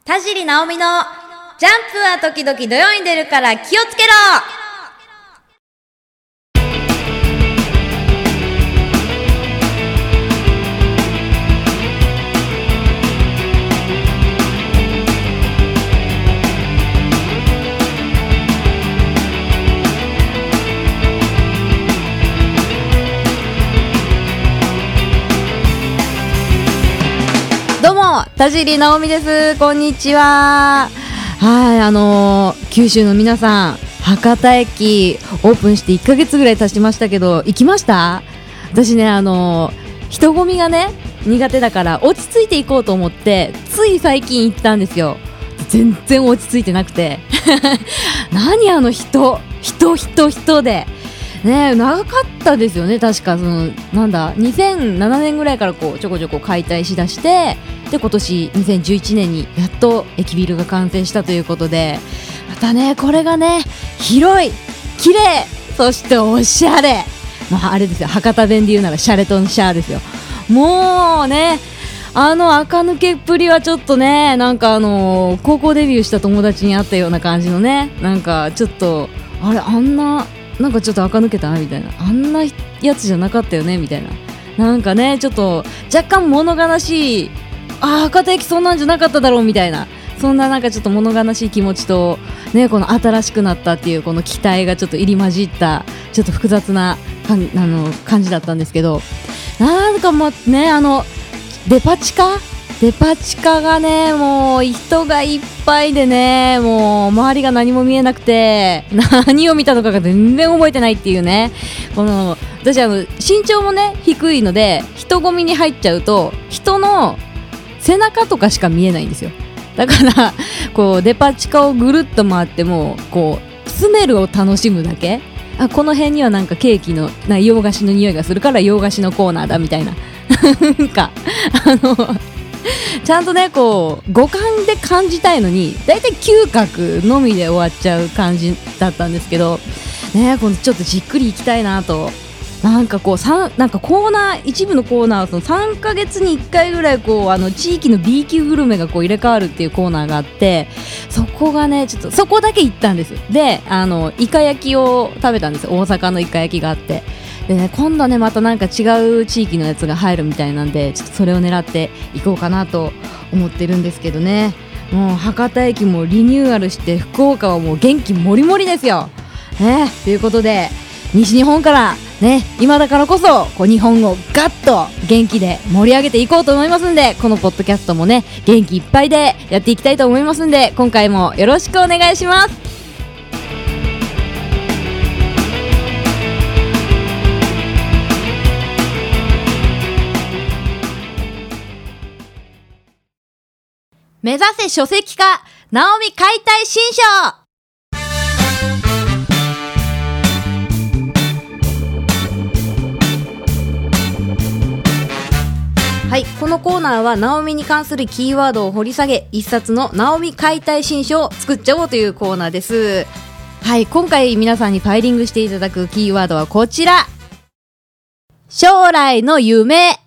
田尻直美のジャンプは時々土曜に出るから気をつけろ。どうも田尻直美です。こんにちは。はい、九州の皆さん、博多駅オープンして1ヶ月ぐらい経ちましたけど、行きました？私ね、人混みがね苦手だから落ち着いて行こうと思ってつい最近行ったんですよ。全然落ち着いてなくて何人でね、長かったですよね。確か2007年ぐらいからこうちょこちょこ解体しだして、で今年2011年にやっと駅ビルが完成したということで、またねこれがね広い、綺麗、そしておしゃれ、あれですよ、博多弁で言うならシャレとんシャーですよ。もうね、垢抜けっぷりはちょっとね、なんか高校デビューした友達に会ったような感じのね、なんかちょっとあれ、なんかちょっと垢抜けたみたいな、あんなやつじゃなかったよねみたいな、なんかねちょっと若干物悲しい、博多駅そんなんじゃなかっただろうみたいな、そんななんかちょっと物悲しい気持ちとね、この新しくなったっていうこの期待がちょっと入り混じったちょっと複雑な感じだったんですけど、なんかもうね、デパ地下がね、もう人がいっぱいでね、もう周りが何も見えなくて、何を見たのかが全然覚えてないっていうね。私身長もね低いので、人混みに入っちゃうと人の背中とかしか見えないんですよ。だからこうデパ地下をぐるっと回ってもこうスメルを楽しむだけ。この辺にはなんかケーキの洋菓子の匂いがするから洋菓子のコーナーだみたいななんかちゃんとねこう五感で感じたいのに、だいたい嗅覚のみで終わっちゃう感じだったんですけどね、このちょっとじっくり行きたいなと。なんかこうなんかコーナー、一部のコーナーはその3ヶ月に1回ぐらいこう地域の B 級グルメがこう入れ替わるっていうコーナーがあって、そこがねちょっとそこだけ行ったんです。でイカ焼きを食べたんです。大阪のイカ焼きがあって、でね、今度ねまたなんか違う地域のやつが入るみたいなんで、ちょっとそれを狙っていこうかなと思ってるんですけどね。もう博多駅もリニューアルして福岡はもう元気もりもりですよ、ね、ということで西日本からね、今だからこそこう日本をガッと元気で盛り上げていこうと思いますんで、このポッドキャストもね元気いっぱいでやっていきたいと思いますんで、今回もよろしくお願いします。目指せ書籍化、直美解体新書。はい、このコーナーは直美に関するキーワードを掘り下げ、一冊の直美解体新書を作っちゃおうというコーナーです。はい、今回皆さんにファイリングしていただくキーワードはこちら、将来の夢。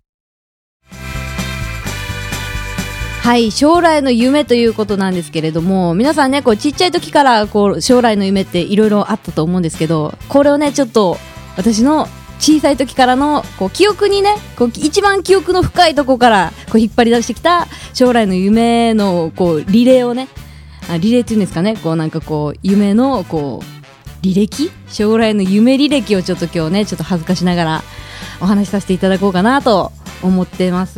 はい、将来の夢ということなんですけれども、皆さんねこうちっちゃい時からこう将来の夢っていろいろあったと思うんですけど、これをねちょっと私の小さい時からのこう記憶にね、こう一番記憶の深いところからこう引っ張り出してきた将来の夢のこうリレーをね、リレーっていうんですかね、こうなんかこう夢のこう履歴、将来の夢履歴をちょっと今日ねちょっと恥ずかしながらお話しさせていただこうかなと思ってます。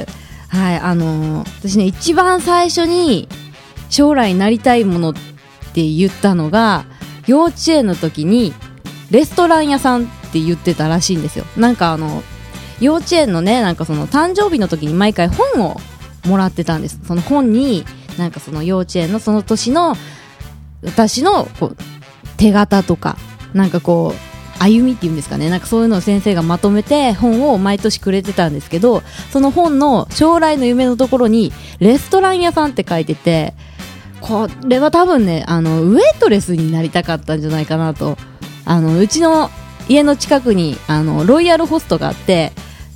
はい、私ね一番最初に将来になりたいものって言ったのが、幼稚園の時にレストラン屋さんって言ってたらしいんですよ。なんか幼稚園のね、なんかその誕生日の時に毎回本をもらってたんです。その本になんかその幼稚園のその年の私のこう手形とか、なんかこう歩みっていうんですかね、なんかそういうのを先生がまとめて本を毎年くれてたんですけど、その本の将来の夢のところにレストラン屋さんって書いてて、これは多分ねウェイトレスになりたかったんじゃないかなと。うちの家の近くにロイヤルホストがあって、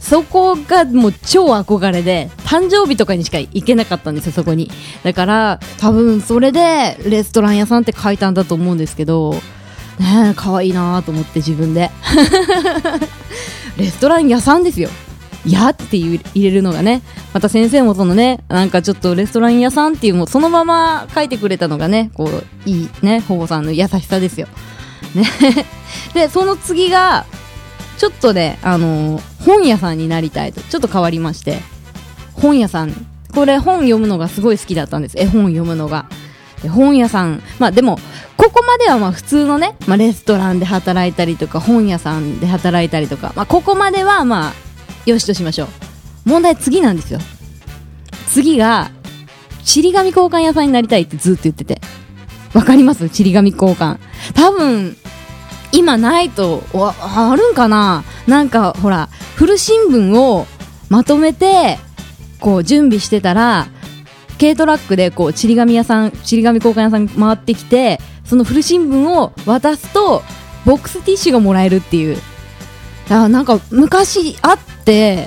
そこがもう超憧れで、誕生日とかにしか行けなかったんですよ、そこに。だから多分それでレストラン屋さんって書いたんだと思うんですけどね、可愛いなと思って自分でレストラン屋さんですよ、やって入れるのがね、また先生もそのね、なんかちょっとレストラン屋さんっていうもうそのまま書いてくれたのがね、こういいね、保護さんの優しさですよねでその次がちょっとね、本屋さんになりたいと、ちょっと変わりまして、本屋さん、これ本読むのがすごい好きだったんです。絵本読むのが。で本屋さん、まあでもここまではまあ普通のね、まあ、レストランで働いたりとか本屋さんで働いたりとか、まあ、ここまではまあよしとしましょう。問題次なんですよ。次がちり紙交換屋さんになりたいってずっと言ってて、わかります？ちり紙交換、多分今ないとあるんかな。なんかほら古新聞をまとめてこう準備してたら、軽トラックでこうちり紙交換屋さん回ってきて、その古新聞を渡すとボックスティッシュがもらえるっていう。なんか昔あって、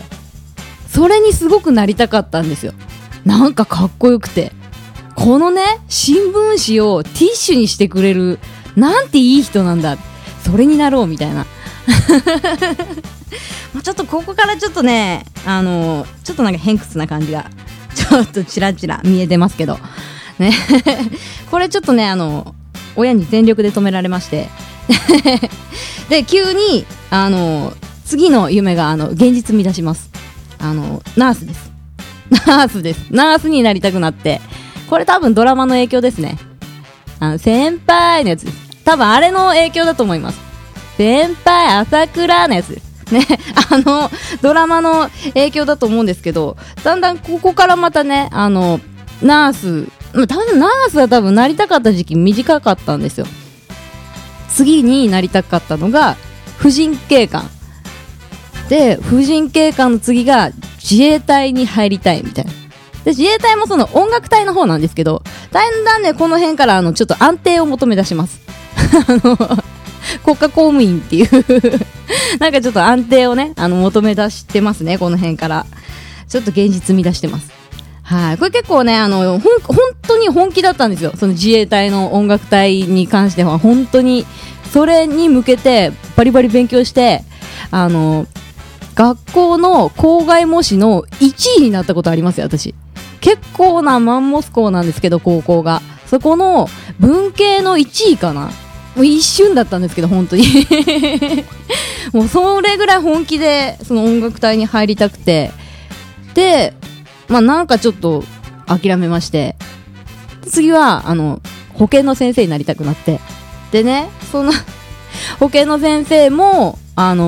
それにすごくなりたかったんですよ。なんかかっこよくて、このね新聞紙をティッシュにしてくれるなんていい人なんだ、それになろうみたいなちょっとここからちょっとね、ちょっとなんか偏屈な感じがちょっとちらちら見えてますけどねこれちょっとね、親に全力で止められましてで急に次の夢が現実見出します。ナースです。ナースになりたくなって、これ多分ドラマの影響ですね。先輩のやつです。多分あれの影響だと思います。先輩朝倉のやつですねドラマの影響だと思うんですけど、だんだんここからまたね、ナース、多分ナースは多分なりたかった時期短かったんですよ。次になりたかったのが婦人警官で、婦人警官の次が自衛隊に入りたいみたいな。で自衛隊もその音楽隊の方なんですけど、だんだんねこの辺からちょっと安定を求め出します国家公務員っていうなんかちょっと安定をね求め出してますね。この辺からちょっと現実見出してます。はい、これ結構ね本当に本気だったんですよ。その自衛隊の音楽隊に関しては本当にそれに向けてバリバリ勉強して、学校の校外模試の1位になったことありますよ。私結構なマンモス校なんですけど、高校がそこの文系の1位かな。もう一瞬だったんですけど本当にもうそれぐらい本気でその音楽隊に入りたくて、でなんかちょっと諦めまして、次は保健の先生になりたくなって、でねその保健の先生も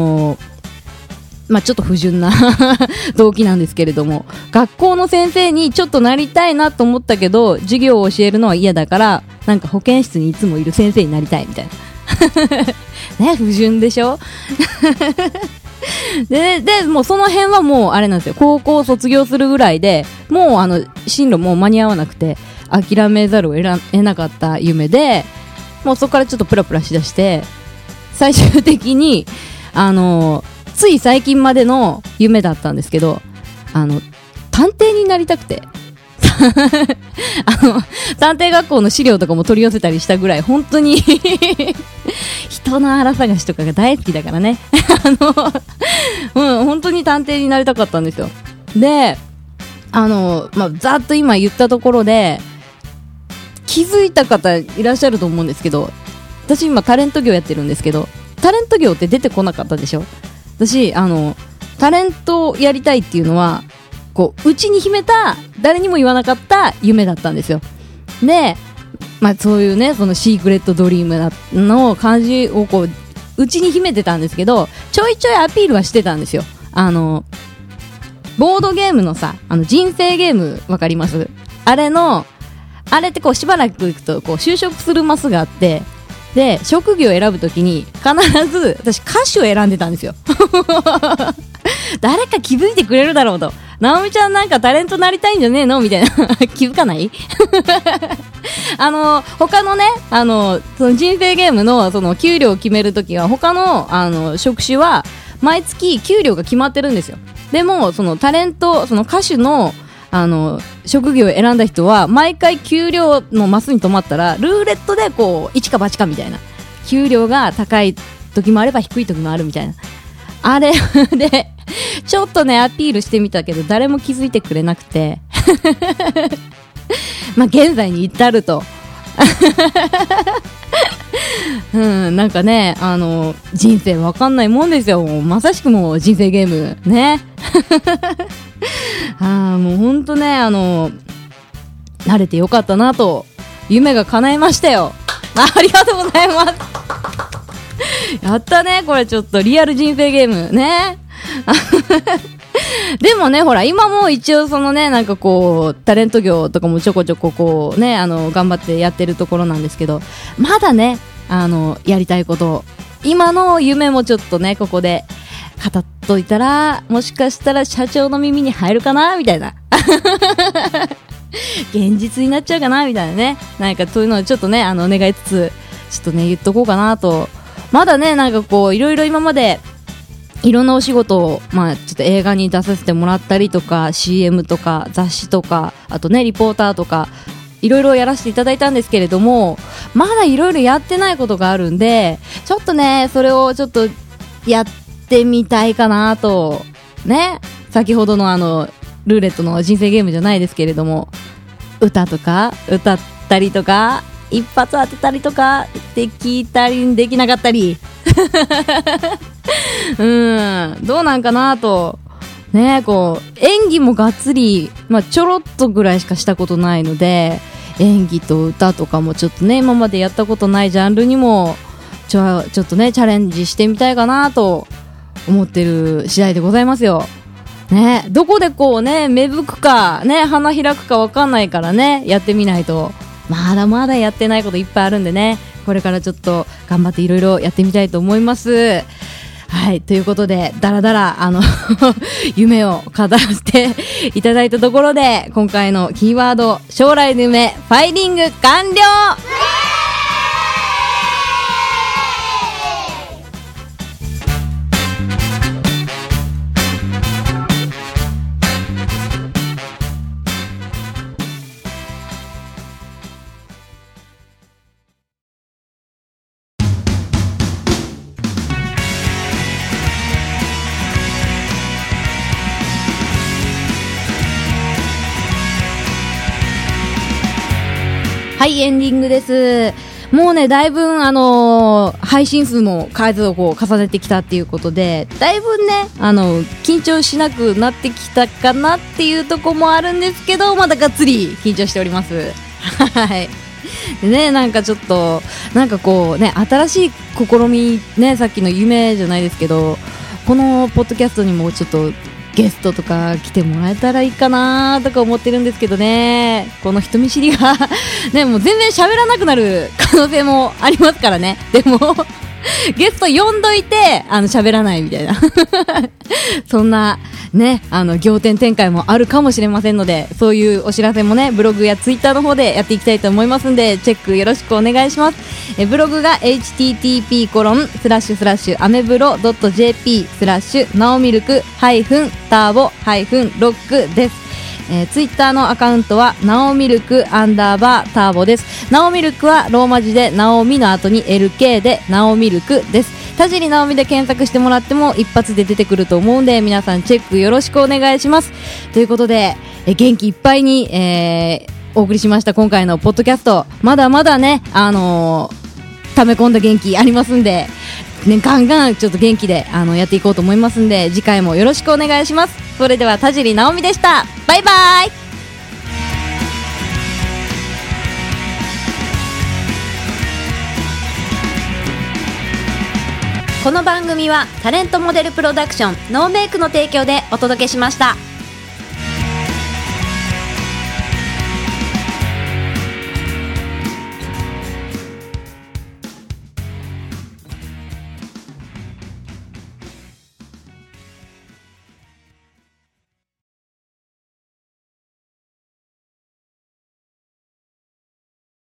ちょっと不純な動機なんですけれども、学校の先生にちょっとなりたいなと思ったけど授業を教えるのは嫌だから、なんか保健室にいつもいる先生になりたいみたいなね、不純でしょでもうその辺はもうあれなんですよ。高校卒業するぐらいでもう進路もう間に合わなくて諦めざるを得なかった夢で、もうそこからちょっとプラプラしだして、最終的につい最近までの夢だったんですけど、探偵になりたくて探偵学校の資料とかも取り寄せたりしたぐらい本当に人の荒探しとかが大好きだからね本当に探偵になりたかったんですよ。でざっと今言ったところで気づいた方いらっしゃると思うんですけど、私今タレント業やってるんですけど、タレント業って出てこなかったでしょ。私タレントをやりたいっていうのはこう内に秘めた誰にも言わなかった夢だったんですよ。で、そういうねそのシークレットドリームの感じをこう内に秘めてたんですけど、ちょいちょいアピールはしてたんですよ。ボードゲームのさ人生ゲームわかります？あれってこうしばらくいくとこう就職するマスがあって、で職業を選ぶときに必ず私歌手を選んでたんですよ誰か気づいてくれるだろうと、直美ちゃんなんかタレントなりたいんじゃねえのみたいな気づかない他のねその人生ゲームのその給料を決めるときは他の職種は毎月給料が決まってるんですよ。 でもそのタレント、その歌手の職業を選んだ人は毎回給料のマスに止まったらルーレットでこう一か八かみたいな、給料が高い時もあれば低い時もあるみたいな、あれでちょっとねアピールしてみたけど誰も気づいてくれなくてまあ現在に至るとなんかね人生わかんないもんですよ。まさしくもう人生ゲームねもうほんとね慣れてよかったなと、夢が叶いましたよ。ありがとうございますやったね、これちょっとリアル人生ゲームねでもねほら今も一応そのねなんかこうタレント業とかもちょこちょここうね頑張ってやってるところなんですけど、まだねやりたいこと、今の夢もちょっとねここで語っといたらもしかしたら社長の耳に入るかなみたいな現実になっちゃうかなみたいなね、なんかそういうのをちょっとね願いつつちょっとね言っとこうかなと。まだねなんかこういろいろ今までいろんなお仕事をちょっと映画に出させてもらったりとか CM とか雑誌とかあとねリポーターとかいろいろやらせていただいたんですけれども、まだいろいろやってないことがあるんでちょっとねそれをちょっとやってみたいかなとね。先ほどのルーレットの人生ゲームじゃないですけれども、歌とか歌ったりとか一発当てたりとかできたりできなかったりどうなんかなとね。こう演技もがっつり、ちょろっとぐらいしかしたことないので、演技と歌とかもちょっとね今までやったことないジャンルにもちょっとねチャレンジしてみたいかなと思ってる次第でございますよね。どこでこうね芽吹くかね花開くか分かんないからね、やってみないと。まだまだやってないこといっぱいあるんでね、これからちょっと頑張っていろいろやってみたいと思います。はい、ということでだらだら夢を語らせていただいたところで、今回のキーワード将来の夢ファイリング完了。はい、エンディングです。もうねだいぶ配信数も数をこう重ねてきたっていうことで、だいぶね緊張しなくなってきたかなっていうとこもあるんですけど、まだがっつり緊張しておりますはいでね、なんかちょっとなんかこうね新しい試みね、さっきの夢じゃないですけど、このポッドキャストにもちょっとゲストとか来てもらえたらいいかなとか思ってるんですけどね。この人見知りがねもう全然喋らなくなる可能性もありますからね。でもゲスト呼んどいて喋らないみたいなそんなね仰天展開もあるかもしれませんので、そういうお知らせもねブログやツイッターの方でやっていきたいと思いますんで、チェックよろしくお願いします。ブログが http://amebro.jp/ ナオミルクターボロックです。ツイッターのアカウントはナオミルク_ターボです。ナオミルクはローマ字でナオミの後に LK でナオミルクです。田尻ナオミで検索してもらっても一発で出てくると思うんで、皆さんチェックよろしくお願いします。ということで元気いっぱいに、お送りしました今回のポッドキャスト。まだまだね溜め込んだ元気ありますんでね、ガンガンちょっと元気でやっていこうと思いますんで、次回もよろしくお願いします。それでは田尻直美でした。バイバイ。この番組はタレントモデルプロダクションノーメイクの提供でお届けしました。